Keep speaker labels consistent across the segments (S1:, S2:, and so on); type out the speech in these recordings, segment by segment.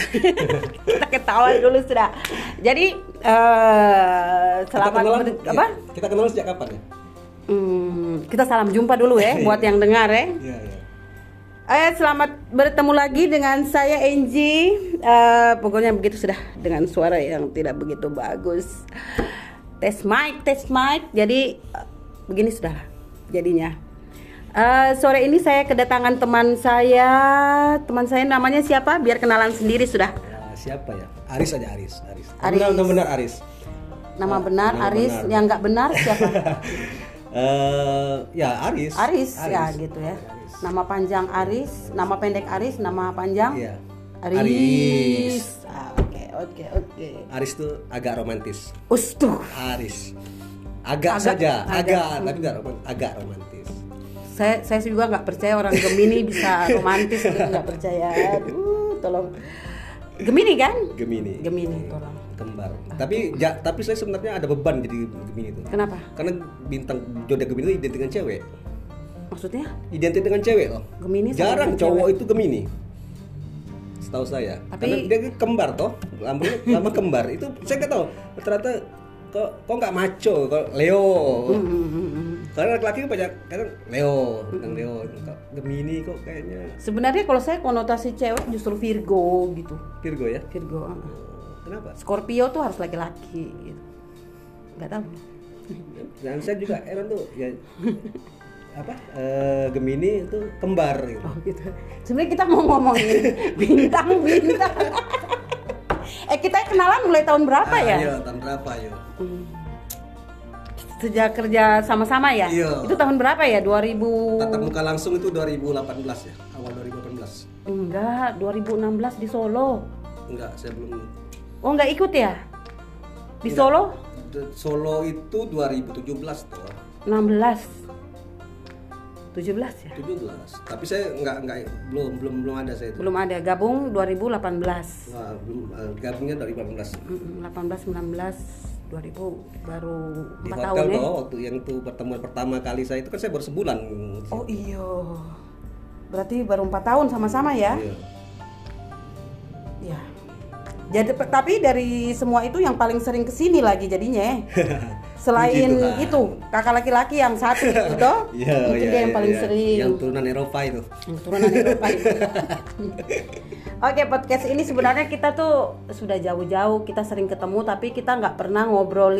S1: Kita ketawa dulu sudah. Jadi selamat apa?
S2: Kita kenal sejak kapan ya?
S1: Kita salam jumpa dulu ya buat yang dengar ya.
S2: Iya.
S1: Selamat bertemu lagi dengan saya Angie. Pokoknya begitu sudah, dengan suara yang tidak begitu bagus. Tes mic. Jadi begini sudah jadinya. Sore ini saya kedatangan teman saya. Teman saya namanya siapa? Biar kenalan sendiri sudah.
S2: Siapa ya? Aris aja, Aris.
S1: Aris.
S2: Benar Aris.
S1: Nama benar Aris. Yang nggak benar siapa?
S2: Ya Aris
S1: ya gitu ya.
S2: Aris.
S1: Nama panjang Aris, nama pendek Aris, nama panjang
S2: Iya.
S1: Aris. Oke.
S2: Aris tuh agak romantis.
S1: Ustuh.
S2: Aris. Agak saja, tapi agak romantis.
S1: Saya juga nggak percaya orang Gemini bisa romantis, gitu nggak percaya. Tolong. Gemini kan?
S2: Gemini,
S1: tolong.
S2: Kembar. Tapi saya sebenarnya ada beban jadi Gemini itu.
S1: Kenapa?
S2: Karena bintang zodiak Gemini itu identik dengan cewek.
S1: Maksudnya?
S2: Identik dengan cewek loh.
S1: Gemini
S2: jarang cowok
S1: cewek.
S2: itu Gemini. Setahu saya.
S1: Tapi
S2: karena dia kembar toh. Lama kembar. Itu saya nggak tahu. Ternyata kok nggak macho, kok Leo. Karena laki-laki banyak kadang Leo, Kok Gemini kok kayaknya.
S1: Sebenarnya kalau saya konotasi cewek justru Virgo gitu.
S2: Virgo ya?
S1: Virgo.
S2: Kenapa?
S1: Scorpio tuh harus laki-laki gitu. Nggak tahu.
S2: Dan saya juga heran tuh ya Gemini itu kembar gitu.
S1: Oh gitu. Sebenarnya kita mau ngomongin bintang. Kita kenalan mulai tahun berapa ya?
S2: Iya, tahun berapa ya?
S1: Sejak kerja sama-sama ya?
S2: Iya.
S1: Itu tahun berapa ya? 2000.
S2: Tatap muka langsung itu 2018 ya, awal 2018.
S1: Enggak, 2016 di Solo.
S2: Enggak, saya belum.
S1: Oh, enggak ikut ya? Di
S2: Enggak.
S1: Solo?
S2: Solo itu 2017 tuh.
S1: 16. 17 ya?
S2: 17. Tapi saya belum ada saya itu.
S1: Belum ada, gabung 2018.
S2: Wah, belum gabungnya dari 2018.
S1: 18, 19, 2000 baru
S2: Di
S1: 4
S2: hotel
S1: tahun ya?
S2: toh, waktu yang itu pertemuan pertama kali saya itu kan saya baru sebulan.
S1: Oh iya. Berarti baru 4 tahun sama-sama ya?
S2: Iya.
S1: Ya. Jadi tapi dari semua itu yang paling sering kesini lagi jadinya. Selain itu kakak laki-laki yang satu itu toh, mungkin dia yang paling sering.
S2: Yang turunan Eropa itu.
S1: Oke, podcast ini sebenarnya kita tuh sudah jauh-jauh kita sering ketemu tapi kita nggak pernah ngobrol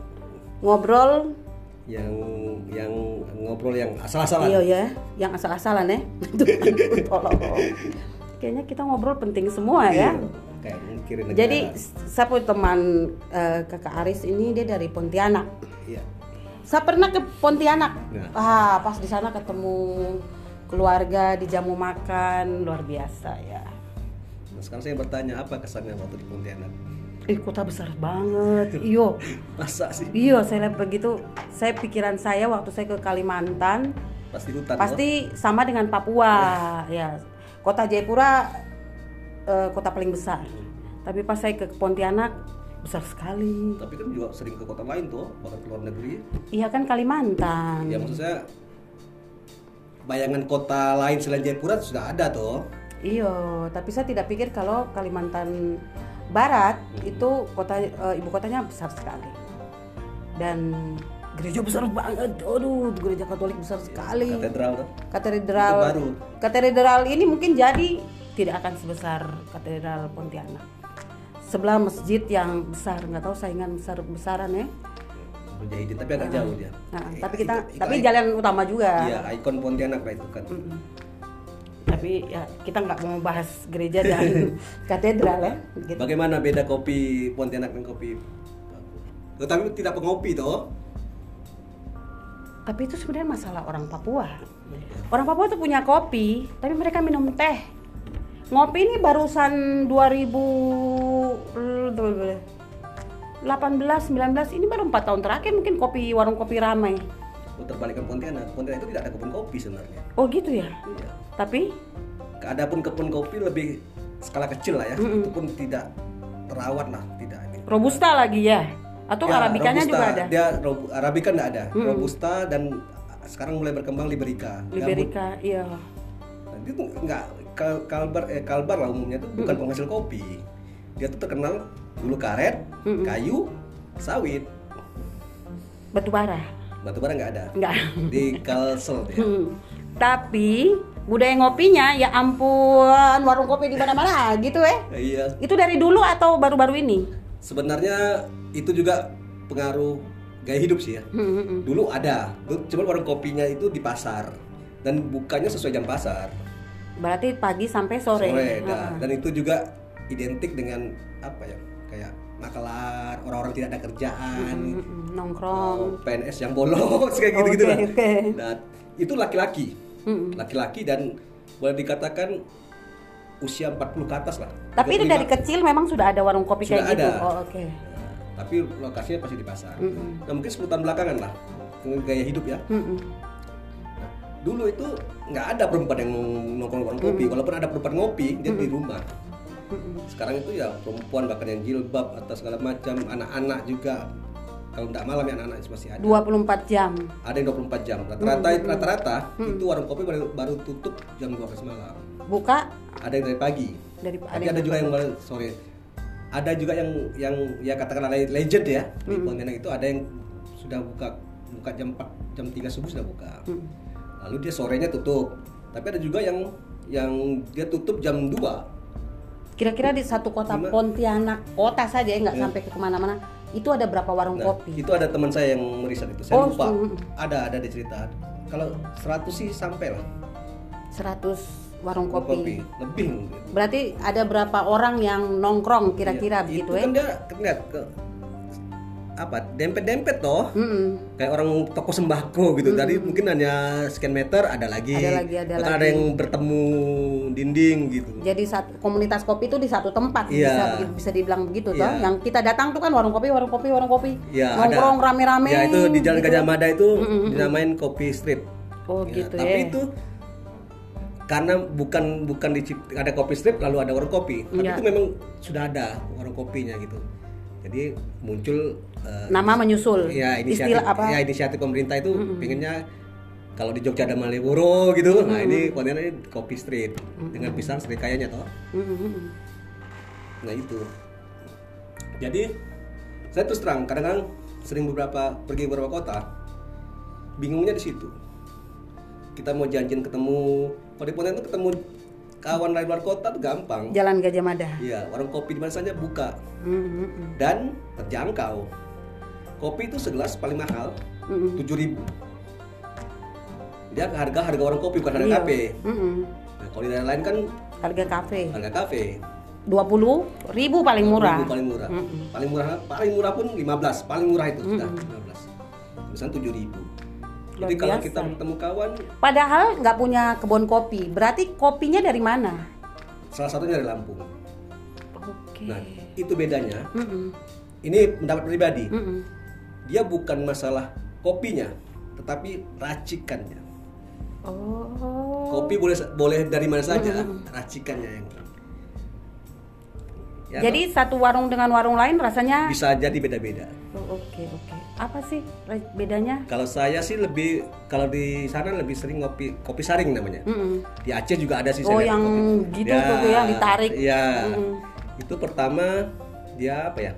S2: yang ngobrol yang asal-asalan.
S1: Iya ya, yang asal-asalan ya. Tolong. Kayaknya kita ngobrol penting semua ya.
S2: Kayak mikirin negara.
S1: Jadi saya punya teman kakak Aris ini, dia dari Pontianak.
S2: Iya.
S1: Saya pernah ke Pontianak.
S2: Nah.
S1: Pas di sana ketemu keluarga, dijamu makan, luar biasa ya.
S2: Nah, sekarang saya bertanya apa kesannya waktu di Pontianak?
S1: Kota besar banget. Iyo.
S2: Masa sih?
S1: Iya, saya lihat begitu. Pikiran saya waktu saya ke Kalimantan
S2: Pasti hutan.
S1: pasti sama dengan Papua. Ya. Kota Jayapura kota paling besar. Tapi pas saya ke Pontianak besar sekali.
S2: Tapi kan juga sering ke kota lain tuh, bahkan ke luar negeri.
S1: Iya kan Kalimantan.
S2: Ya maksud saya bayangan kota lain selain Jayapura sudah ada tuh.
S1: Iya, tapi saya tidak pikir kalau Kalimantan Barat itu ibu kotanya besar sekali. Dan gereja besar banget. Aduh, gereja Katolik besar sekali.
S2: Katedral tuh.
S1: Katedral ini mungkin jadi tidak akan sebesar Katedral Pontianak. Sebelah masjid yang besar, nggak tahu saingan besar-besaran ya.
S2: Mujahidin, tapi agak jauh dia.
S1: Tapi jalan utama juga.
S2: Iya, ikon Pontianak lah itu kan.
S1: Tapi ya kita nggak mau bahas gereja dan katedral ya. Gitu.
S2: Bagaimana beda kopi Pontianak dan kopi? Tapi tidak pengopi toh.
S1: Tapi itu sebenarnya masalah orang Papua. Orang Papua tuh punya kopi, tapi mereka minum teh. Ngopi ini barusan 2018, 19 ini baru 4 tahun terakhir mungkin warung kopi ramai.
S2: Terbalikan Pontianak itu tidak ada kebun kopi sebenarnya.
S1: Oh gitu ya?
S2: Iya.
S1: Tapi?
S2: Adapun kebun kopi lebih skala kecil lah ya, itu pun tidak terawat lah, tidak.
S1: Robusta lagi ya? Atau
S2: ya,
S1: Arabikanya
S2: Robusta,
S1: juga ada?
S2: Arabica nggak ada, Robusta dan sekarang mulai berkembang Liberica.
S1: Liberica, iya.
S2: Itu nggak Kalbar lah umumnya tuh bukan penghasil kopi. Dia tuh terkenal dulu karet, kayu, sawit.
S1: Batu bara
S2: Nggak ada.
S1: nggak.
S2: Di Kalsel ya.
S1: Tapi budaya ngopinya ya ampun, warung kopi di mana-mana gitu
S2: Iya.
S1: Itu dari dulu atau baru-baru ini?
S2: Sebenarnya itu juga pengaruh gaya hidup sih ya. Dulu ada, cuma warung kopinya itu di pasar dan bukanya sesuai jam pasar.
S1: Berarti pagi sampai sore.
S2: Dan itu juga identik dengan apa ya? Kayak makelar, orang-orang tidak ada kerjaan,
S1: nongkrong,
S2: PNS yang bolos kayak gitu-gitu lah. Nah, itu laki-laki. Laki-laki dan boleh dikatakan usia 40 ke atas lah.
S1: Tapi itu dari kecil memang sudah ada warung kopi
S2: sudah
S1: kayak gitu.
S2: ada.
S1: Oh, oke.
S2: Nah, tapi lokasinya pasti di pasar. Nah, mungkin 10 tahun belakangan lah gaya hidup ya. Nah, dulu itu nggak ada perempuan yang nongkrong warung kopi. Walaupun ada perempuan ngopi, dia di rumah. Sekarang itu ya perempuan bahkan yang jilbab atau segala macam, anak-anak juga. Kalau tidak malam ya anak-anak masih ada.
S1: 24 jam.
S2: Ada yang 24 jam. Rata-rata itu warung kopi baru tutup jam 12 malam.
S1: Buka?
S2: Ada yang dari pagi. Tapi ada juga yang sore. Ada juga yang ya katakanlah legend ya. Di Pontianak itu ada yang sudah buka jam 4, jam 3 subuh sudah buka. Lalu dia sorenya tutup. Tapi ada juga yang dia tutup jam 2.
S1: Kira-kira di satu kota Pontianak kota saja ya, nggak sampai ke kemana-mana, itu ada berapa warung kopi?
S2: Itu ada teman saya yang meriset itu, saya lupa. Ada dicerita. Kalau 100 sih sampai lah. 100
S1: warung kopi.
S2: Lebih.
S1: Berarti ada berapa orang yang nongkrong kira-kira begitu
S2: itu kan dia lihat ke apa dempet-dempet toh, kayak orang toko sembako gitu. Tadi mungkin hanya sekian meter ada lagi. Ada yang bertemu dinding gitu.
S1: Jadi komunitas kopi itu di satu tempat, bisa dibilang begitu toh. Yang kita datang tuh kan warung kopi.
S2: Ya,
S1: nongkrong rame-rame.
S2: Ya itu di Jalan
S1: gitu.
S2: Gajah Mada itu dinamain Kopi Street.
S1: Oh ya, gitu
S2: tapi itu karena bukan ada kopi strip lalu ada warung kopi, tapi itu memang sudah ada warung kopinya gitu. Jadi muncul
S1: nama menyusul.
S2: Ya inisiatif pemerintah itu pengennya kalau di Jogja ada Malioboro gitu. Nah ini Pontianak Kopi Street dengan pisang serikayanya toh. Nah itu. Jadi saya terus terang kadang-kadang sering pergi beberapa kota, bingungnya di situ. Kita mau janjian ketemu, kalau di Pontianak itu ketemu kawan dari luar kota tuh gampang.
S1: Jalan Gajah Mada.
S2: Iya, warung kopi di mana saja buka. Dan terjangkau. Kopi itu segelas paling mahal 7.000. Dia harga warung kopi bukan harga kafe. Nah, kalau di daerah lain kan
S1: harga kafe. 20.000 paling murah.
S2: Paling murah pun 15. Paling murah itu sudah 15. Misalnya 7.000. Jadi kalau kita bertemu kawan,
S1: padahal nggak punya kebun kopi, berarti kopinya dari mana?
S2: Salah satunya dari Lampung.
S1: Oke.
S2: Nah, itu bedanya. Ini pendapat pribadi. Dia bukan masalah kopinya, tetapi racikannya.
S1: Oh.
S2: Kopi boleh dari mana saja, racikannya yang. Ya,
S1: jadi satu warung dengan warung lain rasanya
S2: bisa jadi beda-beda.
S1: Oke. Apa sih bedanya?
S2: Kalau saya sih kalau di sana lebih sering kopi saring namanya. Di Aceh juga ada sih.
S1: Oh yang gitu tuh yang ditarik.
S2: Iya. Itu pertama dia apa ya?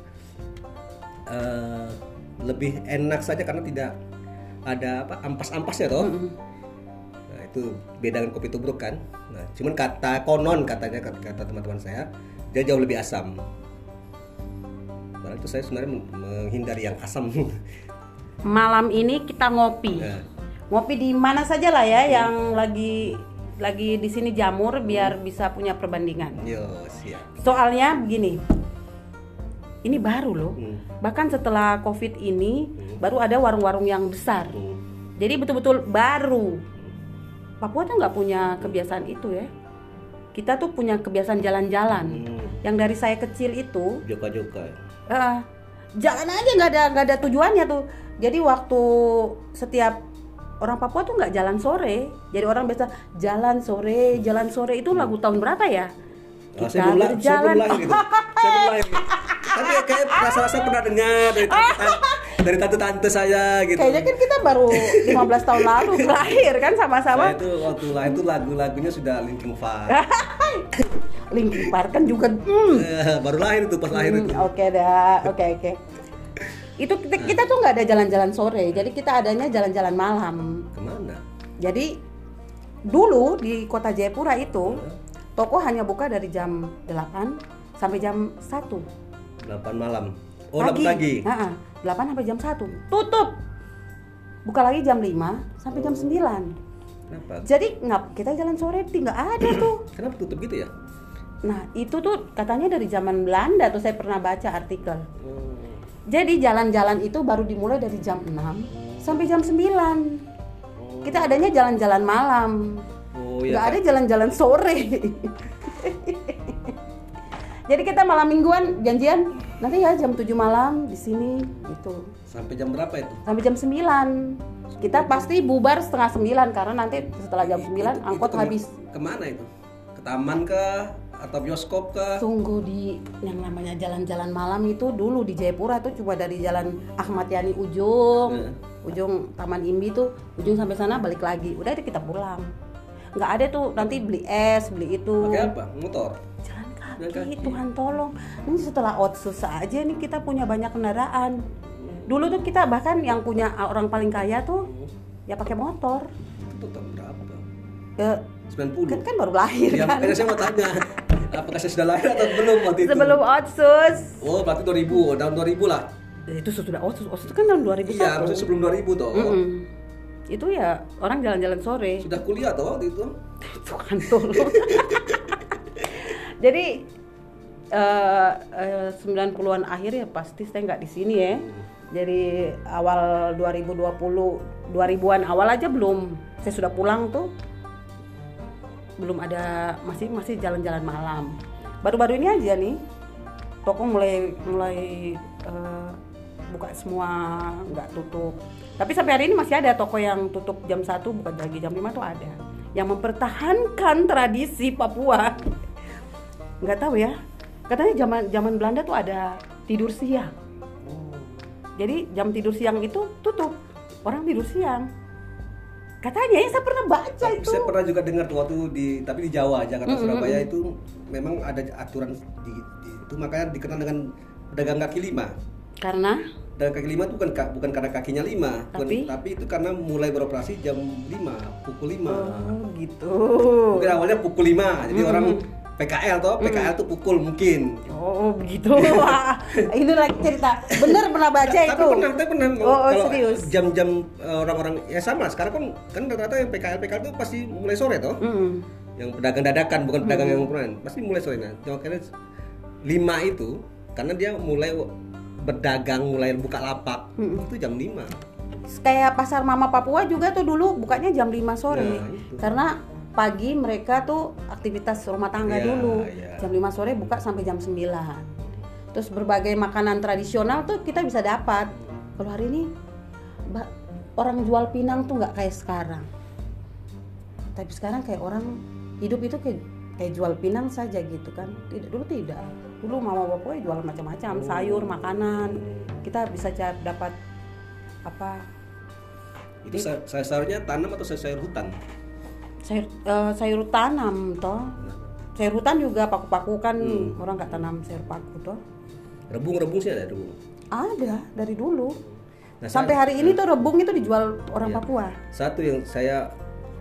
S2: Lebih enak saja karena tidak ada ampas-ampasnya toh. Nah itu beda dengan kopi tubruk kan. Nah cuman kata teman-teman saya dia jauh lebih asam. Padahal itu saya sebenarnya menghindari yang asam.
S1: Malam ini kita ngopi. Ngopi di mana saja lah ya yang lagi di sini jamur biar bisa punya perbandingan.
S2: Yo, siap.
S1: Soalnya begini. Ini baru loh. Bahkan setelah Covid ini baru ada warung-warung yang besar. Jadi betul-betul baru. Papua tuh nggak punya kebiasaan itu ya. Kita tuh punya kebiasaan jalan-jalan. Yang dari saya kecil itu
S2: joka-joka.
S1: Jalan aja nggak ada tujuannya tuh. Jadi waktu setiap orang Papua tuh nggak jalan sore. Jadi orang biasa jalan sore itu lagu tahun berapa ya?
S2: Saya belum lahir gitu. Tapi kayak rasa-rasa pernah dengar dari dari tante-tante saya gitu.
S1: Kayaknya kan kita baru 15 tahun lalu lahir kan sama-sama.
S2: Saya itu waktu lahir itu lagu-lagunya sudah Linkin Park.
S1: Linkin Park kan juga
S2: Baru lahir itu, pas lahir itu.
S1: Oke dah, oke. Itu kita tuh nggak ada jalan-jalan sore, jadi kita adanya jalan-jalan malam.
S2: Kemana?
S1: Jadi dulu di kota Jayapura itu toko hanya buka dari jam 8 sampai jam 1
S2: 8 malam. Oh, 8 pagi.
S1: 8 sampai jam 1 tutup. Buka lagi jam 5 sampai jam 9.
S2: Kenapa?
S1: Jadi kita jalan sore nggak ada tuh.
S2: Kenapa tutup gitu ya?
S1: Nah itu tuh katanya dari zaman Belanda tuh, saya pernah baca artikel. Jadi jalan-jalan itu baru dimulai dari jam 6 sampai jam 9. Kita adanya jalan-jalan malam.
S2: Oh, ya,
S1: nggak ada jalan-jalan sore. Jadi kita malam mingguan janjian nanti ya jam 7 malam di sini gitu.
S2: Sampai jam berapa itu?
S1: Sampai jam 9. Kita pasti bubar setengah 9 karena nanti setelah jam 9 angkot habis.
S2: Kemana itu? Ke taman kah? Atau bioskop kah?
S1: Tunggu di yang namanya jalan-jalan malam itu dulu di Jayapura tuh cuma dari jalan Ahmad Yani ujung Taman Imbi tuh ujung sampai sana balik lagi. Udah itu kita pulang. Nggak ada tuh nanti beli es, beli itu.
S2: Pakai apa? Motor?
S1: Jalan kaki. Tuhan tolong. Ini setelah Otsus aja nih kita punya banyak kendaraan. Dulu tuh kita bahkan yang punya orang paling kaya tuh ya pakai motor.
S2: Itu tahun berapa?
S1: Ke
S2: 90.
S1: kan baru lahir
S2: Ya,
S1: kan.
S2: makanya saya mau tanya. Apakah saya sudah lahir atau belum waktu itu?
S1: Sebelum Otsus.
S2: Oh, berarti 2000, tahun 2000 lah.
S1: Itu sudah Otsus itu kan tahun 2001.
S2: Iya, maksudnya sebelum 2000 toh.
S1: Itu ya orang jalan-jalan sore.
S2: Sudah kuliah toh waktu itu?
S1: Tuhan tolong. Jadi 90-an akhir ya pasti saya nggak di sini ya. Jadi awal 2020, 2000-an awal aja belum. Saya sudah pulang tuh. Belum ada, masih jalan-jalan malam. Baru-baru ini aja nih toko mulai buka semua, nggak tutup. Tapi sampai hari ini masih ada toko yang tutup jam 1 buka lagi jam 5 tuh ada. Yang mempertahankan tradisi Papua. Nggak tahu ya. Katanya zaman Belanda tuh ada tidur siang. Jadi jam tidur siang itu tutup. Orang tidur siang. Katanya ya saya pernah baca itu.
S2: Saya pernah juga dengar tuh waktu tapi di Jawa, Jakarta, Surabaya itu memang ada aturan itu, makanya dikenal dengan pedagang kaki lima.
S1: Karena
S2: pedagang kaki lima itu bukan karena kakinya 5, tapi itu karena mulai beroperasi jam 5, pukul 5.
S1: Oh, gitu.
S2: Mungkin awalnya pukul 5. Jadi orang PKL tuh pukul mungkin.
S1: Oh begitu. Wah, ini lagi cerita. Bener pernah baca itu.
S2: Tapi pernah.
S1: Oh,
S2: kalau
S1: serius.
S2: Jam-jam orang-orang ya sama. Sekarang kan rata-rata yang PKL tuh pasti mulai sore toh. Yang pedagang dadakan bukan pedagang yang ukuran. Pasti mulai sore. Nah, makanya 5 itu karena dia mulai berdagang, mulai buka lapak. Itu jam 5.
S1: Kayak pasar Mama Papua juga tuh dulu bukanya jam 5 sore.
S2: Nah,
S1: karena pagi mereka tuh aktivitas rumah tangga dulu. Jam 5 sore buka sampai jam 9. Terus berbagai makanan tradisional tuh kita bisa dapat. Kalau hari ini orang jual pinang tuh nggak kayak sekarang. Tapi sekarang kayak orang hidup itu kayak jual pinang saja gitu kan. Dulu tidak. Dulu Mama Papua jual macam-macam, sayur, makanan. Kita bisa dapat apa?
S2: Itu sayurnya tanam atau sayur hutan?
S1: Sayur tanam toh. Sayur hutan juga paku-paku kan orang nggak tanam sayur paku toh.
S2: Rebung sih ada rebung.
S1: Ada dari dulu. Nah, sampai hari ini tuh rebung itu dijual orang Papua.
S2: Satu yang saya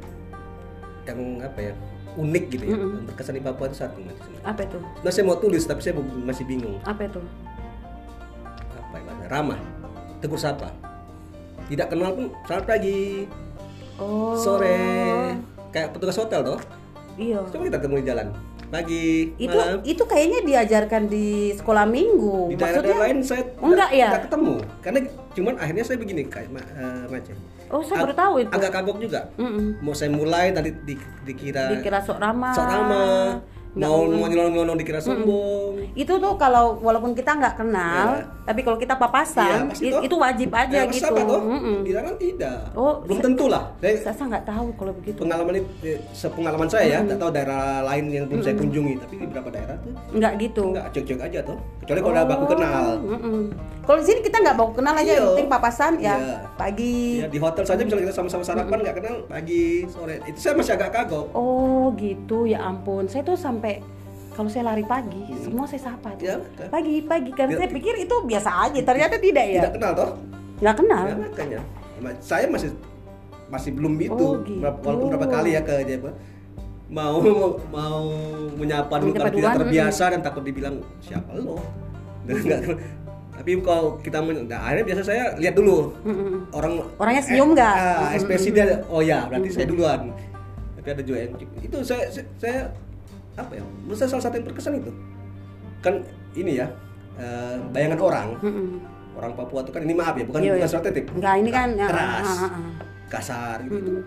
S2: unik gitu ya, berkesan di Papua itu satu.
S1: Apa itu?
S2: Nah, saya mau tulis tapi saya masih bingung.
S1: Apa itu?
S2: Apa ya? Ramah, tegur sapa. Tidak kenal pun selamat pagi.
S1: Oh.
S2: Sore. Kayak petugas hotel toh?
S1: Iya.
S2: Coba kita ketemu di jalan. Pagi, malam.
S1: Itu kayaknya diajarkan di sekolah minggu.
S2: Di daerah lain saya
S1: enggak
S2: ketemu. Karena cuman akhirnya saya begini kayak Mace.
S1: Oh, saya baru tahu itu.
S2: Agak kagok juga. Mau saya mulai tadi dikira
S1: sok ramah.
S2: mau nyelonong dikira sombong.
S1: Itu tuh kalau walaupun kita nggak kenal, tapi kalau kita papasan, itu wajib aja gitu.
S2: Dilarang tidak.
S1: Oh,
S2: belum tentu lah.
S1: Saya nggak tahu kalau begitu.
S2: Sepengalaman saya, nggak tahu daerah lain yang belum saya kunjungi, tapi di beberapa daerah tuh
S1: nggak gitu.
S2: Nggak cek aja tuh. Kecuali kalau udah baku kenal.
S1: Kalau di sini kita nggak baku kenal aja, yang penting papasan ya pagi.
S2: Ya, di hotel saja misalnya kita sama-sama sarapan nggak kenal pagi sore. Itu saya masih agak kagok.
S1: Oh gitu, ya ampun. Saya tuh sampai kalau saya lari pagi, semua saya sapa tuh.
S2: Ya,
S1: pagi karena saya pikir itu biasa aja, ternyata tidak ya.
S2: Tidak kenal toh?
S1: Nggak kenal.
S2: Ya, makanya saya masih belum itu.
S1: Gitu.
S2: Walaupun berapa kali ya ke Jawa mau menyapa dulu kalau tidak terbiasa dan takut dibilang siapa lo. Dan enggak. Tapi kalau kita akhirnya biasa saya lihat dulu orangnya
S1: senyum nggak,
S2: ekspresi dia, oh ya berarti saya duluan. Tapi ada juga yang itu saya apa ya, menurut saya salah satu yang berkesan itu kan ini ya, bayangan orang Papua itu kan, ini maaf ya, bukan stereotip,
S1: enggak, ini kan
S2: keras, kasar gitu.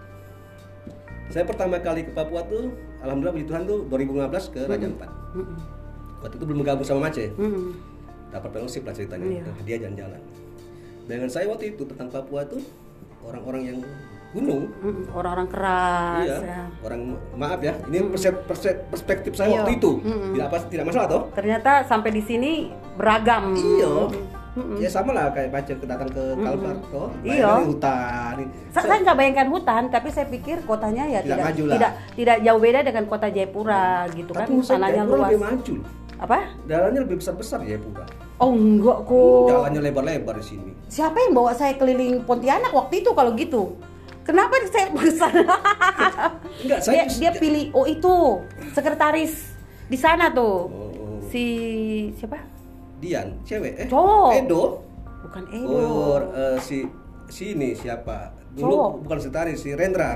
S2: Saya pertama kali ke Papua tuh alhamdulillah puji Tuhan tuh 2015 ke Raja Ampat. Waktu itu belum bergabung sama Mace, dapat fellowship lah ceritanya, dia jalan-jalan. Bayangan saya waktu itu tentang Papua tuh orang-orang yang gunung,
S1: orang-orang keras.
S2: Iya, ya. Orang maaf ya, ini perspektif saya waktu itu, tidak masalah toh.
S1: Ternyata sampai di sini beragam.
S2: Iya, ya sama lah kayak baca datang ke Kalbar toh, hutan.
S1: Saya nggak bayangkan hutan, tapi saya pikir kotanya ya tidak jauh beda dengan kota Jayapura gitu kan, tanahnya luas.
S2: Lebih maju.
S1: Apa?
S2: Jalannya lebih besar Jayapura.
S1: Oh enggak kok.
S2: Jalannya lebar-lebar di sini.
S1: Siapa yang bawa saya keliling Pontianak waktu itu kalau gitu? Kenapa saya kesana? Enggak, dia pilih itu sekretaris di sana tuh. Si siapa?
S2: Dian, cewek.
S1: Cowok.
S2: Edo.
S1: Bukan Edo.
S2: Oh, si ini siapa? Dulu
S1: cowok.
S2: Bukan sekretaris, si Rendra.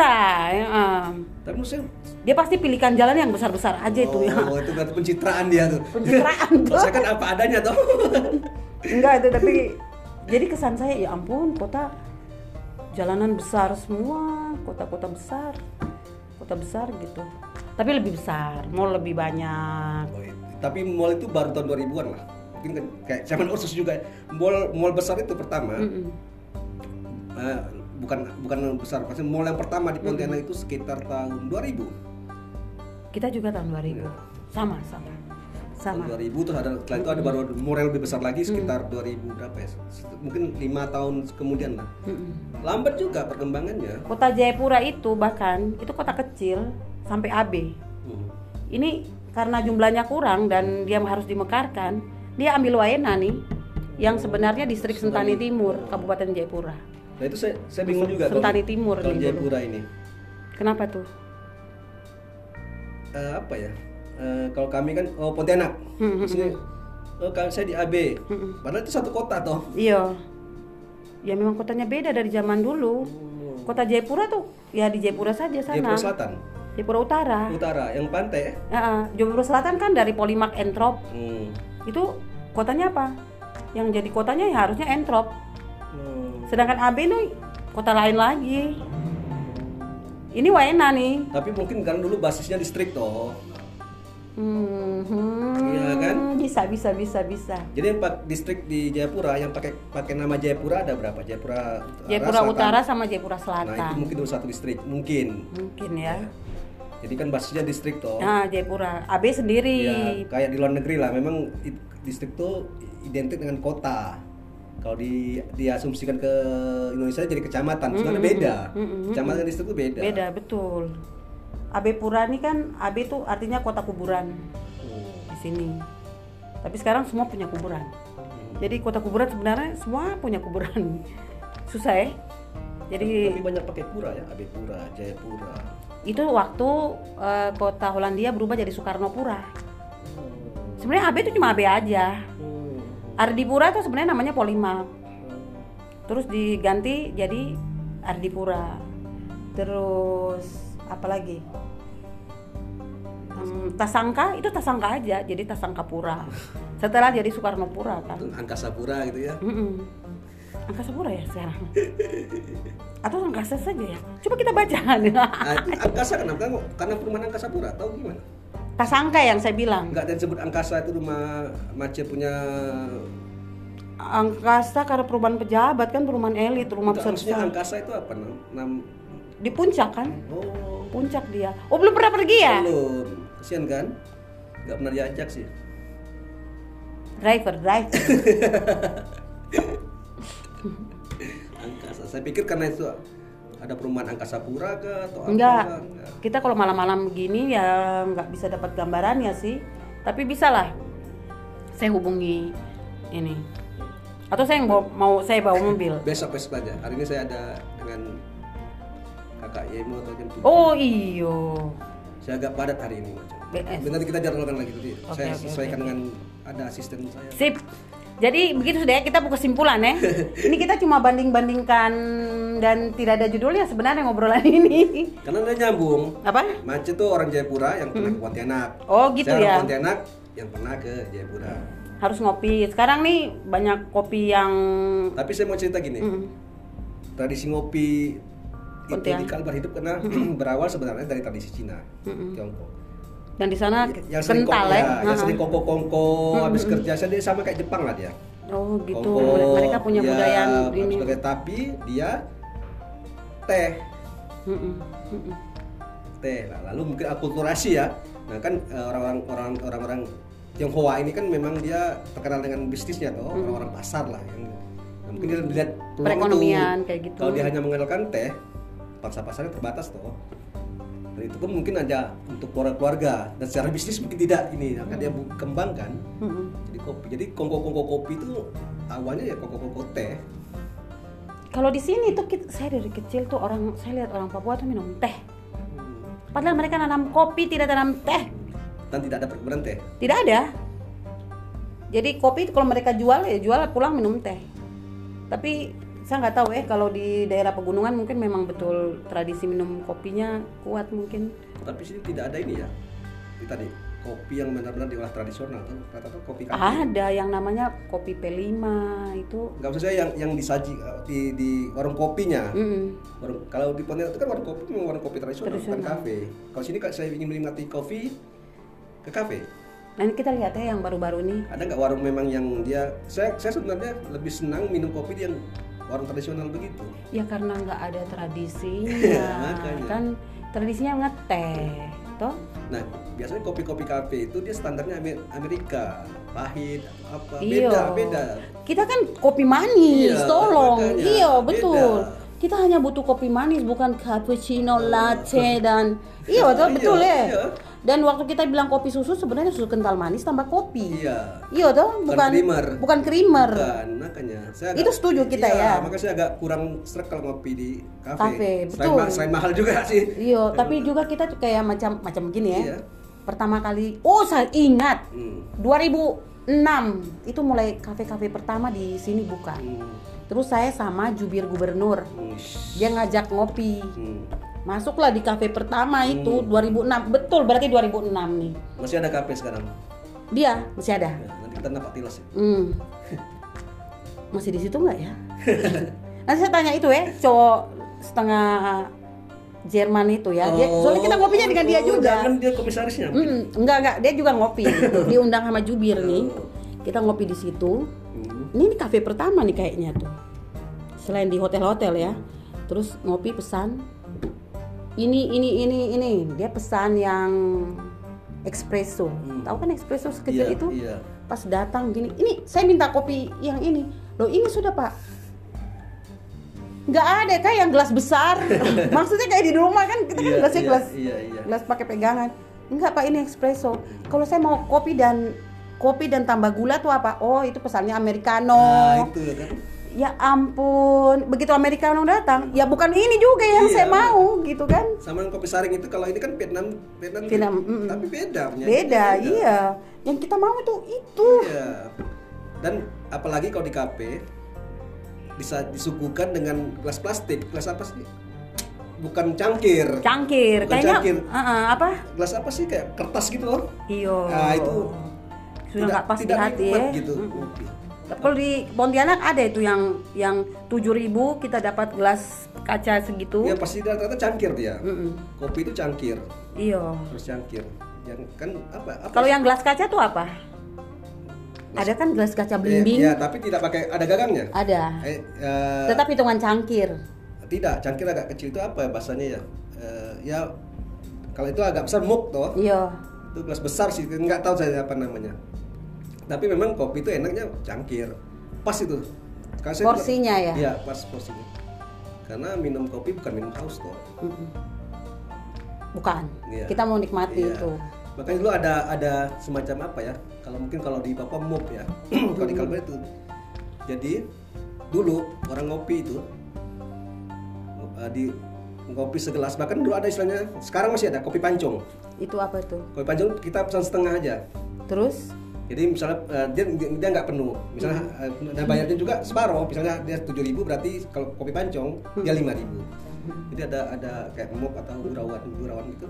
S1: Tapi
S2: maksudnya
S1: dia pasti pilihkan jalan yang besar-besar aja itu ya.
S2: Oh, itu berarti pencitraan dia tuh.
S1: Pencitraan tuh.
S2: Saya kan apa adanya tuh.
S1: Enggak itu, tapi jadi kesan saya ya ampun, kota jalanan besar semua, kota besar gitu. Tapi lebih besar, mall lebih banyak.
S2: Oh, tapi mall itu baru tahun 2000-an lah. Mungkin kan kayak zaman Ursus juga. Mall besar itu pertama. Bukan besar, pasti mall yang pertama di Pontianak itu sekitar tahun 2000.
S1: Kita juga tahun 2000.
S2: Ya.
S1: Sama.
S2: Tahun 2000 terus setelah itu ada baru mall yang lebih besar lagi sekitar 2000 berapa ya? Mungkin 5 tahun kemudian lah. Lambat juga perkembangannya.
S1: Kota Jayapura itu bahkan itu kota kecil sampai AB. Ini karena jumlahnya kurang dan dia harus dimekarkan, dia ambil Waena nih, yang sebenarnya distrik Sentani Timur, Kabupaten Jayapura.
S2: Nah itu saya bingung juga
S1: Sentani Timur
S2: kalau Jayapura ini.
S1: Kenapa tuh?
S2: Apa ya? Kalau kami kan Pontianak. Maksudnya kalau saya di AB. Padahal itu satu kota toh.
S1: Iya. Ya memang kotanya beda dari zaman dulu. Kota Jayapura tuh ya di Jayapura saja sana.
S2: Jayapura Selatan.
S1: Jayapura Utara.
S2: Yang pantai.
S1: Jayapura Selatan kan dari Polimak Entrop. Itu kotanya apa? Yang jadi kotanya ya harusnya Entrop. Sedangkan AB itu kota lain lagi. Ini Waena nih.
S2: Tapi mungkin kan dulu basisnya distrik toh. Iya kan?
S1: Bisa.
S2: Jadi yang distrik di Jayapura yang pakai nama Jayapura ada berapa?
S1: Jayapura Utara sama Jayapura Selatan.
S2: Nah itu mungkin dulu satu distrik, mungkin
S1: ya.
S2: Jadi kan basisnya distrik toh.
S1: Nah Jayapura, AB sendiri.
S2: Ya kayak di luar negeri lah, memang distrik tuh identik dengan kota. Kalau diasumsikan ke Indonesia jadi kecamatan, sebenarnya beda. Kecamatan dan distrik itu beda.
S1: Beda, betul. AB Pura ini kan AB itu artinya kota kuburan di sini. Tapi sekarang semua punya kuburan. Jadi kota kuburan sebenarnya semua punya kuburan. Susah ya. Jadi
S2: tapi banyak pakai pura ya, AB Pura, Jayapura.
S1: Itu waktu kota Hollandia berubah jadi Soekarnopura. Sebenarnya AB itu cuma AB aja. Ardipura tuh sebenarnya namanya Polimak. Terus diganti jadi Ardipura. Terus apa lagi? Tasangka itu Tasangka aja, jadi Tasangkapura. Setelah jadi Soekarnopura kan.
S2: Angkasapura gitu ya.
S1: Angkasapura ya sekarang. Atau Angkasa saja ya. Coba kita baca.
S2: Angkasa kenapa? Karena perumahan Angkasapura, tahu gimana?
S1: Kasangka yang saya bilang.
S2: Enggak, dan sebut Angkasa itu rumah Mace punya.
S1: Angkasa karena perumahan pejabat kan, perumahan elit, rumah
S2: Maksudnya
S1: besar-besar.
S2: Angkasa itu apa?
S1: Di puncak kan?
S2: Oh,
S1: Puncak dia. Oh, belum pernah pergi ya?
S2: belum. Kasian kan? Enggak pernah diajak sih.
S1: Driver.
S2: Angkasa. Saya pikir karena itu ada perumahan Angkasa Pura ke atau
S1: Enggak.
S2: apa? Enggak.
S1: Kita kalau malam-malam begini ya nggak bisa dapat gambarannya sih. Tapi bisa lah. Saya hubungi ini. Atau saya mau saya bawa mobil.
S2: Besok aja. Hari ini saya ada dengan kakak Yemo atau jam 7.
S1: Oh iyo.
S2: Saya agak padat hari ini macam.
S1: BS.
S2: Nanti kita jadwalkan lagi tadi. Saya
S1: Oke.
S2: sesuaikan dengan ada asisten saya.
S1: Sip. Jadi begitu sudah ya, kita buka kesimpulan ya. Ini kita cuma banding-bandingkan dan tidak ada judulnya sebenarnya ngobrolan ini.
S2: Karena dia nyambung.
S1: Apa?
S2: Mace tuh orang Jayapura yang pernah ke Pontianak.
S1: Oh gitu
S2: Saya orang
S1: ya.
S2: Pontianak yang pernah ke Jayapura.
S1: Harus ngopi. Sekarang nih banyak kopi yang
S2: Tapi saya mau cerita gini. Tradisi ngopi itu
S1: Pontianak.
S2: di Kalbar hidup karena berawal sebenarnya dari tradisi Cina, Tiongkok.
S1: dan di sana
S2: Yang sering
S1: kental ya.
S2: yang sering kongko-kongko habis kerja dia sama kayak Jepang lah dia.
S1: Oh gitu.
S2: Kongko,
S1: Mereka punya
S2: ya,
S1: budaya ini.
S2: sebagai tapi dia teh. Teh. Nah, lalu mungkin akulturasi ya. Nah kan orang-orang Tionghoa ini kan memang dia terkenal dengan bisnisnya toh, orang-orang pasar lah yang nah, mungkin dia lihat peluang
S1: Perekonomian
S2: itu.
S1: kayak gitu.
S2: Kalau dia hanya mengandalkan teh, pasarnya terbatas toh. Dan itu pun mungkin aja untuk keluarga dan secara bisnis mungkin tidak ini akan dia kembangkan jadi kopi. Jadi kongko kopi itu awalnya ya kongko teh.
S1: Kalau di sini tuh saya dari kecil tuh saya lihat orang Papua tuh minum teh. Padahal mereka nanam kopi, tidak tanam teh.
S2: Dan tidak ada perkebunan teh.
S1: Tidak ada. Jadi kopi itu kalau mereka jual ya jual pulang minum teh. Tapi saya nggak tahu kalau di daerah pegunungan mungkin memang betul tradisi minum kopinya kuat mungkin.
S2: Tapi sini tidak ada ini ya. Itu tadi kopi yang benar-benar diolah tradisional tuh. Rata-rata kopi kafe.
S1: Ada yang namanya kopi P5 itu.
S2: Enggak maksud saya yang disaji di warung kopinya. Kalau di Pontianak itu kan warung kopi memang warung kopi tradisional, bukan kafe. Kalau sini saya ingin menikmati kopi ke kafe.
S1: Nah ini kita lihat ya yang baru-baru ini.
S2: Ada nggak warung memang yang dia saya sebenarnya lebih senang minum kopi di yang warung tradisional begitu.
S1: Ya karena nggak ada tradisinya.
S2: Makanya.
S1: Kan tradisinya ngeteh, toh?
S2: Nah biasanya kopi-kopi kafe itu dia standarnya Amerika, pahit apa
S1: Iya.
S2: beda.
S1: Kita kan kopi manis,
S2: Iya,
S1: tolong.
S2: makanya,
S1: Iya, betul.
S2: beda.
S1: Kita hanya butuh kopi manis, bukan cappuccino, latte dan iya betul
S2: Iya,
S1: ya.
S2: iya.
S1: Dan waktu kita bilang kopi susu sebenarnya susu kental manis tambah kopi.
S2: Iya.
S1: Iya toh, bukan creamer.
S2: Bukan, makanya saya
S1: Itu setuju kita ya.
S2: Makanya saya agak kurang srek kalau ngopi di kafe.
S1: Kafe, betul.
S2: Selain mahal juga sih.
S1: Iya, tapi juga kita tuh kayak macam gini ya.
S2: Iya.
S1: Pertama kali, saya ingat 2006 itu mulai kafe-kafe pertama di sini buka. Terus saya sama jubir gubernur, dia ngajak ngopi. Masuklah di kafe pertama itu 2006, betul berarti 2006 nih.
S2: Masih ada kafe sekarang?
S1: Dia masih ada.
S2: Ya, nanti kita napak tilas ya.
S1: Masih di situ nggak ya? Nanti saya tanya itu ya, cowok setengah Jerman itu ya. Soalnya kita ngopinya dengan dia juga.
S2: Kan dia komisarisnya.
S1: Enggak, dia juga ngopi. Diundang sama jubir nih. Kita ngopi di situ. Ini kafe pertama nih kayaknya tuh. Selain di hotel-hotel ya. Terus ngopi pesan. Ini. Dia pesan yang espresso. Tahu kan espresso sekecil itu?
S2: Iya.
S1: Pas datang gini, ini saya minta kopi yang ini. Loh ini sudah Pak. Nggak ada kayak yang gelas besar. Maksudnya kayak di rumah kan kita kan gelasnya gelas pakai pegangan. Enggak Pak, ini espresso. Kalau saya mau kopi dan tambah gula tuh apa? Oh itu pesannya americano.
S2: Nah, itu kan.
S1: Ya ampun, begitu americano datang, ya bukan ini juga yang saya mau gitu kan?
S2: Sama yang kopi saring itu kalau ini kan Vietnam. Tapi beda.
S1: Beda, iya. Yang kita mau tuh itu.
S2: Iya. Dan apalagi kalau di kafe bisa disuguhkan dengan gelas plastik. Gelas apa sih? Bukan cangkir.
S1: Cangkir,
S2: Bukan
S1: kayaknya
S2: cangkir.
S1: Apa?
S2: Gelas apa sih kayak kertas gitu loh?
S1: Iya.
S2: Nah, itu
S1: sudah nggak pas di hati ya.
S2: Gitu.
S1: Kalau di Pontianak ada itu yang 7.000 kita dapat gelas kaca segitu.
S2: Ya pasti rata-rata cangkir dia. Kopi itu cangkir.
S1: Iya.
S2: Terus cangkir. yang kan apa?
S1: Kalau yang gelas kaca tuh apa? Ada kan gelas kaca blimbing?
S2: Ya, tapi tidak pakai ada gagangnya.
S1: Ada. Tetap hitungan cangkir.
S2: Tidak, cangkir agak kecil itu apa ya bahasanya ya? Ya kalau itu agak besar mug toh.
S1: Iya.
S2: Itu gelas besar sih, nggak tahu saya apa namanya. Tapi memang kopi itu enaknya cangkir. Pas itu.
S1: Porsinya ya?
S2: Iya, pas porsinya. Karena minum kopi bukan minum haus toh.
S1: Bukan.
S2: Iya.
S1: Kita mau nikmati itu.
S2: Makanya dulu ada semacam apa ya? Kalau mungkin kalau di Papua MUP ya. Kalau di Kalbar itu. Jadi dulu orang ngopi itu di ngopi segelas, bahkan dulu ada istilahnya, sekarang masih ada kopi pancong.
S1: Itu apa itu?
S2: Kopi pancong kita pesan setengah aja.
S1: Terus?
S2: Jadi misalnya dia nggak penuh, misalnya dan bayarnya juga separuh, misalnya dia 7.000 berarti kalau kopi pancong dia 5.000. Jadi ada kayak mop atau gurawan gitu.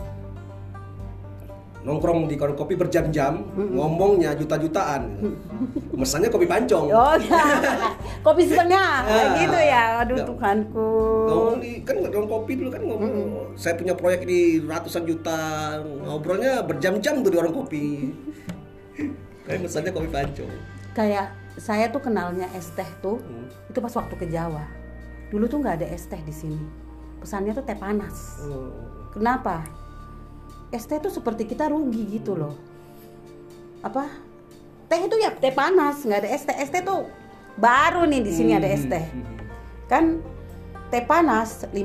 S2: Nongkrong di warung kopi berjam-jam, ngomongnya juta-jutaan. Mesannya kopi pancong.
S1: Oh ya, kopi setengah, kayak gitu ya. Aduh Tuhanku.
S2: Ngomong di kan warung kopi dulu kan ngomong. Saya punya proyek di ratusan juta, ngobrolnya berjam-jam tuh di warung kopi. Kayak mesannya kopi pancong.
S1: Kayak saya tuh kenalnya es teh tuh, itu pas waktu ke Jawa. Dulu tuh nggak ada es teh di sini. Pesannya tuh teh panas. Kenapa? Es teh tuh seperti kita rugi gitu loh. Apa? Teh itu ya teh panas, nggak ada es teh. Es teh tuh baru nih di sini ada es teh. Kan teh panas 5.000.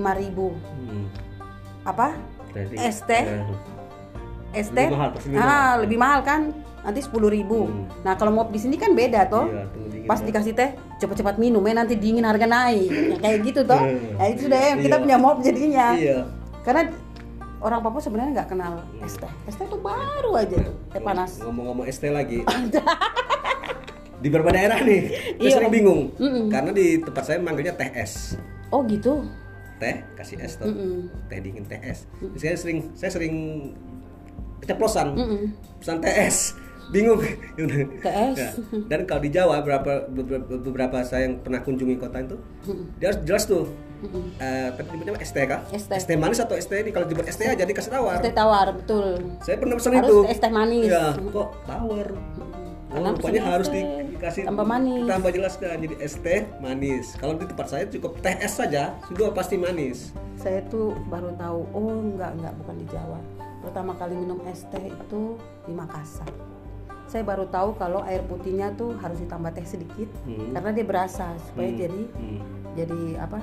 S1: Apa? Es teh. Es teh. Lebih mahal kan? Nanti 10.000. Nah, kalau mau di sini kan beda toh.
S2: Iya,
S1: pas dikasih teh, cepat-cepat minum ya, nanti dingin harga naik. Ya, kayak gitu toh. Nah, itu sudah kita punya mop jadinya.
S2: Iya.
S1: Karena orang Papua sebenarnya nggak kenal es teh. Es teh tuh baru aja tuh, teh panas.
S2: Ngomong-ngomong es teh lagi. Di beberapa daerah nih, saya sering bingung. Karena di tempat saya manggilnya teh es.
S1: Oh gitu.
S2: Teh kasih es tuh. Teh dingin teh es. Saya sering keceplosan. Pesan teh es. Bingung.
S1: Teh es.
S2: Ya. Dan kalau di Jawa beberapa saya yang pernah kunjungi kota itu, dia harus jelas tuh. Tapi nyebutnya es teh kah? Es teh manis atau es teh ini? Kalau dibuat es teh aja dikasih tawar.
S1: Es teh tawar, betul.
S2: Saya pernah pesan
S1: harus
S2: itu.
S1: Es teh manis.
S2: Ya, kok tawar? Rupanya harus dikasih
S1: tambah manis.
S2: Tambah jelaskan jadi es teh manis. Kalau di tempat saya cukup teh es saja sudah pasti manis.
S1: Saya tuh baru tahu. Oh enggak bukan di Jawa. Pertama kali minum es teh itu di Makassar. Saya baru tahu kalau air putihnya tuh harus ditambah teh sedikit karena dia berasa supaya jadi apa?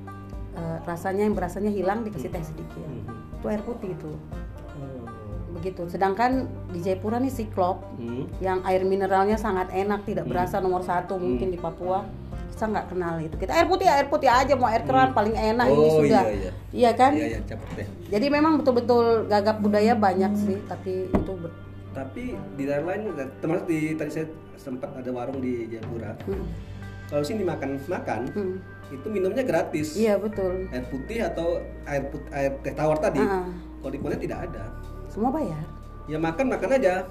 S1: Rasanya yang berasanya hilang dikasih teh sedikit. Itu air putih itu. Begitu. Sedangkan di Jayapura nih Siklop yang air mineralnya sangat enak, tidak berasa nomor 1 mungkin di Papua. Saya nggak kenal itu. Kita air putih aja, mau air keran paling enak ini sudah. Iya kan?
S2: Iya, capek teh.
S1: Jadi memang betul-betul gagap budaya banyak sih, tapi itu
S2: tapi di daerah lain, termasuk tadi saya sempat ada warung di Jayapura. Kalau sini makan itu minumnya gratis.
S1: Iya betul.
S2: Air putih atau air teh tawar tadi. Kalau di Pontianak tidak ada.
S1: Semua bayar.
S2: Ya makan aja.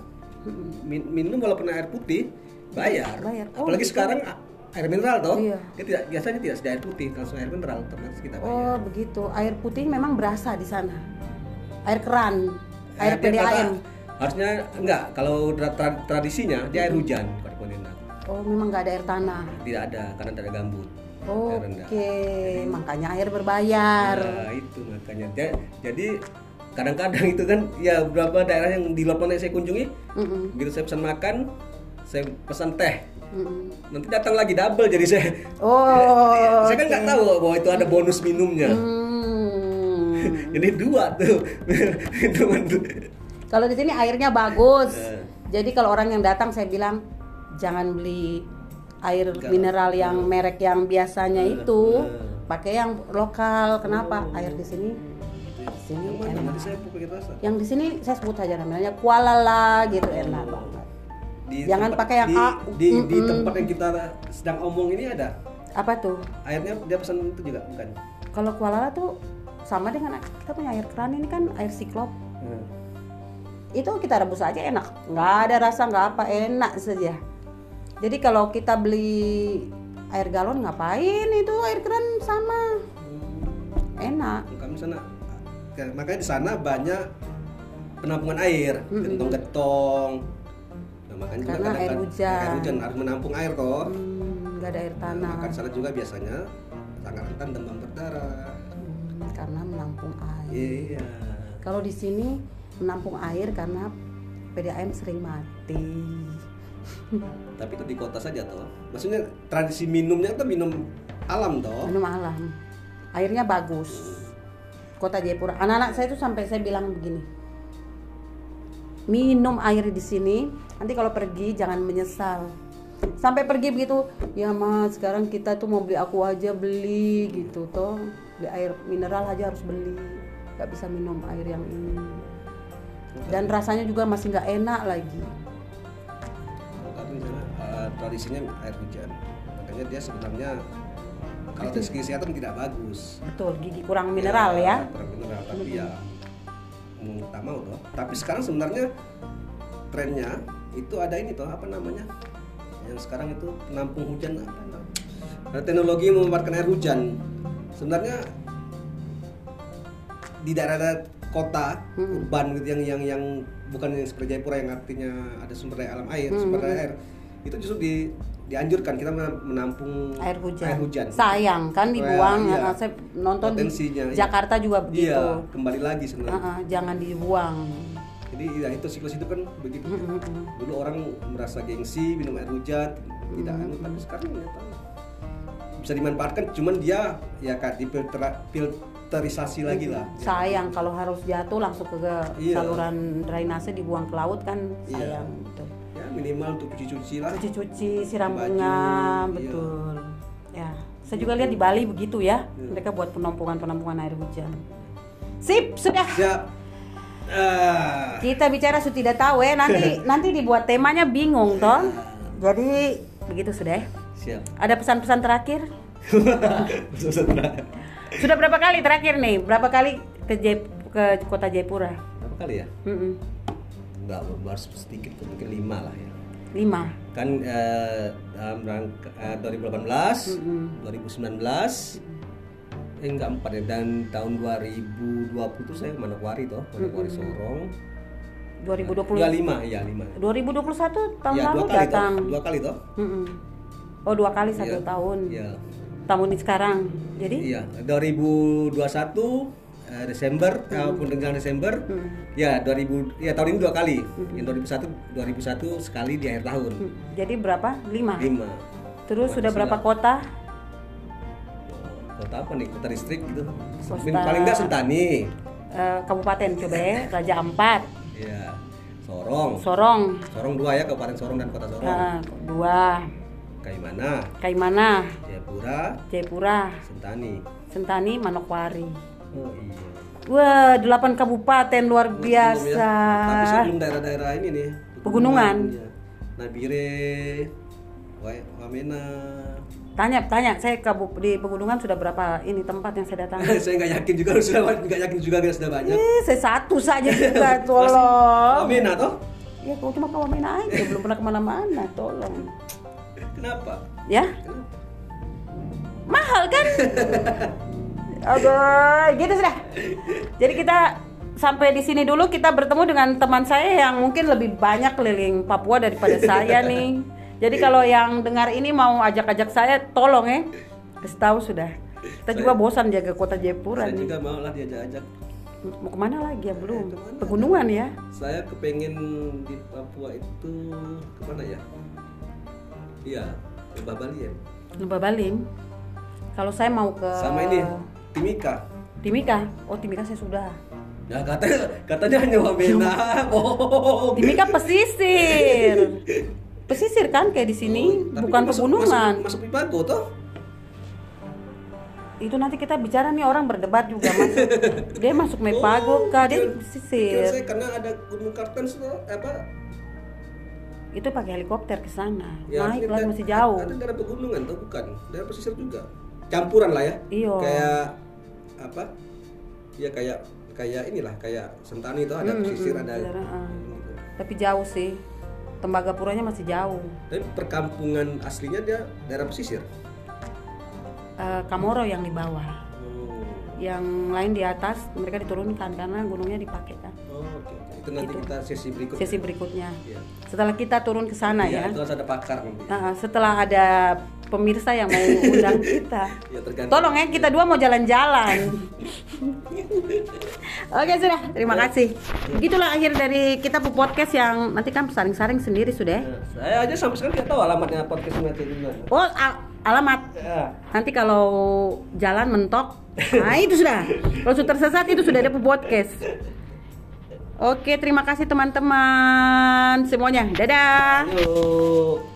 S2: Minum walaupun air putih bayar.
S1: Oh,
S2: apalagi
S1: gitu.
S2: sekarang air mineral toh.
S1: Iya.
S2: Biasanya tidak sedia air putih, langsung air mineral otomatis kita bayar.
S1: Oh begitu. Air putih memang berasa di sana. Air keran, air PDAM.
S2: Harusnya enggak, kalau tradisinya dia air hujan kalau di Pontianak.
S1: Oh, memang enggak ada air tanah.
S2: Tidak ada karena tidak ada gambut.
S1: Oke, makanya air berbayar.
S2: Nah, itu makanya. Jadi kadang-kadang itu kan ya beberapa daerah yang di luar Pontianak saya kunjungi, begitu saya pesan makan, saya pesan teh. Nanti datang lagi double jadi saya. Saya kan nggak tahu bahwa itu ada bonus minumnya. Jadi 2 tuh.
S1: Kalau di sini airnya bagus. Jadi kalau orang yang datang saya bilang jangan beli air mineral yang merek yang biasanya itu, pakai yang lokal. Kenapa? Air di sini enak. Yang di sini saya sebut saja namanya Kualala gitu, enak banget. Jangan pakai yang
S2: di tempat yang kita sedang omong ini ada.
S1: Apa tuh?
S2: Airnya dia pesan itu juga bukan?
S1: Kalau Kualala tuh sama dengan kita punya air keran, ini kan air Siklop. Itu kita rebus aja enak, nggak ada rasa, nggak apa, enak saja. Jadi kalau kita beli air galon ngapain, itu air keran sama enak.
S2: Kami sana, makanya di sana banyak penampungan air, gentong-gentong. Nah, makanya juga
S1: Karena air hujan.
S2: harus menampung air toh.
S1: Nggak ada air
S2: Nah,
S1: tanah.
S2: maka di sana juga biasanya sangat rentan demam berdarah.
S1: Karena menampung air.
S2: Iya.
S1: Kalau di sini menampung air karena PDAM sering mati.
S2: Tapi itu di kota saja toh. Maksudnya tradisi minumnya tuh minum alam toh.
S1: Minum alam. Airnya bagus. Kota Jayapura. Anak-anak saya tuh sampai saya bilang begini. Minum air di sini, nanti kalau pergi jangan menyesal. Sampai pergi begitu, ya mas sekarang kita tuh mau beli aqua aja beli gitu toh. Beli air mineral aja harus beli. Gak bisa minum air yang ini. Dan rasanya juga masih nggak enak lagi.
S2: Tapi di sana tradisinya air hujan. Makanya dia sebenarnya kalau dari segi kesehatan tidak bagus.
S1: Betul, gigi kurang mineral ya.
S2: Kurang mineral, tapi ya mau tak mau toh. Tapi sekarang sebenarnya trennya itu ada ini toh, apa namanya? Yang sekarang itu penampung hujan apa namanya? Ada teknologi yang memanfaatkan air hujan. Sebenarnya di daerah kota urban gitu yang bukan yang seperti Jayapura yang artinya ada sumber daya alam air, sumber daya air itu justru dianjurkan kita menampung
S1: Air hujan.
S2: Sayang
S1: Sayang kan dibuang.
S2: Iya.
S1: Saya nonton di
S2: Potensinya, iya.
S1: Jakarta juga begitu.
S2: Iya, kembali lagi sebenarnya.
S1: Jangan dibuang.
S2: Jadi ya itu siklus itu kan begitu. Dulu orang merasa gengsi minum air hujan, tidak anu, tapi sekarang ya tahu. Bisa dimanfaatkan, cuman dia ya Kak filterisasi lagi lah.
S1: Sayang kalau harus jatuh langsung ke
S2: Iya.
S1: saluran drainase dibuang ke laut kan
S2: Iya.
S1: sayang. Betul.
S2: Ya minimal untuk cuci-cuci lah.
S1: Cuci-cuci, siram
S2: Baju,
S1: bunga,
S2: iya.
S1: betul. Ya, saya juga lihat di Bali begitu ya. Mereka buat penampungan air hujan. Sip, sudah.
S2: Siap.
S1: Kita bicara sudah tidak tahu ya, nanti dibuat temanya bingung toh. Jadi begitu sudah ya.
S2: Siap.
S1: Ada pesan-pesan terakhir? Sudah berapa kali terakhir nih? Berapa kali ke kota Jayapura?
S2: Berapa kali ya? Enggak, baru sedikit, mungkin 5 lah ya.
S1: 5.
S2: Kan dalam rangka 2018, 2019, enggak 4 ya, dan tahun 2020 tuh saya ke Manokwari toh, Manokwari Sorong.
S1: 2020.
S2: Ya 5, ya 5.
S1: 2021 tahun
S2: Ya,
S1: lalu
S2: 2 kali
S1: datang.
S2: toh, 2 kali toh.
S1: Oh 2 kali 1
S2: Iya.
S1: tahun.
S2: Iya.
S1: Tahun ini sekarang. Jadi?
S2: Iya, 2021 Desember, maupun dengan Desember. Ya, tahun ini 2 kali. Yang 2001 sekali di akhir tahun.
S1: Jadi berapa? 5.
S2: 5.
S1: Terus sudah berapa kota?
S2: Kota apa nih? Kota distrik gitu.
S1: Kota-
S2: Paling enggak Sentani.
S1: Kabupaten coba ya, Raja Ampat,
S2: Iya. Sorong.
S1: Sorong,
S2: 2 ya, Kabupaten Sorong dan Kota Sorong.
S1: 2,
S2: Kaimana,
S1: Jayapura,
S2: Jayapura, Sentani.
S1: Sentani, Manokwari.
S2: Oh iya.
S1: Wah, 8 kabupaten luar biasa.
S2: Tapi sebelum daerah-daerah ini nih,
S1: Pegunungan.
S2: Ya. Nabire, Wamena.
S1: Tanya, saya di pegunungan sudah berapa ini tempat yang saya datangi?
S2: Saya nggak yakin juga sudah banyak.
S1: Saya satu saja juga, tolong.
S2: Wamena toh?
S1: Ya, kau cuma ke Wamena aja, belum pernah kemana-mana, tolong.
S2: Kenapa?
S1: Ya? Mahal kan? Aduh, gitu sudah. Jadi kita sampai di sini dulu. Kita bertemu dengan teman saya yang mungkin lebih banyak keliling Papua daripada saya nih. Jadi kalau yang dengar ini mau ajak-ajak saya, tolong ya, kasih tahu sudah. Kita juga bosan jaga kota Jayapura
S2: Saya
S1: nih.
S2: juga mau lah diajak-ajak.
S1: Mau kemana lagi ya belum?
S2: Kemana?
S1: Pegunungan ya.
S2: Saya kepengen di Papua itu kemana ya? Iya, Lembah Baliem.
S1: Lembah Balim. Kalau saya mau ke
S2: Sama ini Timika.
S1: Timika. Oh, Timika saya sudah.
S2: Ya katanya hanya Wamena. Oh.
S1: Timika pesisir. Pesisir kan kayak di sini,
S2: Tapi
S1: bukan pegunungan.
S2: Masuk Pipago toh?
S1: Itu nanti kita bicara nih, orang berdebat juga masuk. Dia masuk Mepago kah? Dia di pesisir.
S2: Saya karena ada Gunung Kartens apa?
S1: Itu pakai helikopter ke sana.
S2: Ya,
S1: Naik
S2: ini
S1: lagi masih jauh.
S2: Ada daerah pegunungan toh, bukan? Daerah pesisir juga. Campuran lah ya.
S1: Iya.
S2: Kayak apa? Ya kayak inilah, kayak Sentani toh, ada pesisir, ada.
S1: daerah, Tapi jauh sih. Tembagapuranya masih jauh.
S2: Tapi perkampungan aslinya dia daerah pesisir.
S1: Kamoro yang di bawah.
S2: Oh.
S1: Yang lain di atas mereka diturunkan karena gunungnya dipakai kan.
S2: Oh, oke. itu nanti kita sesi berikutnya.
S1: Sesi berikutnya.
S2: Iya.
S1: Setelah kita turun ke sana ya.
S2: Itu harus ada pakar nanti.
S1: Setelah ada pemirsa yang mau undang kita.
S2: Ya, tergantung.
S1: Tolong ya, kita dua mau jalan-jalan. Oke, sudah. Terima kasih. Begitulah akhir dari kita podcast yang nanti kan saring-saring sendiri sudah.
S2: Ya, saya aja sampai sekarang tidak tahu alamatnya podcast nanti gimana.
S1: Oh, alamat.
S2: Ya.
S1: Nanti kalau jalan mentok, nah itu sudah. Kalau sudah tersesat itu sudah ada podcast. Oke, terima kasih teman-teman semuanya. Dadah.
S2: Yuk.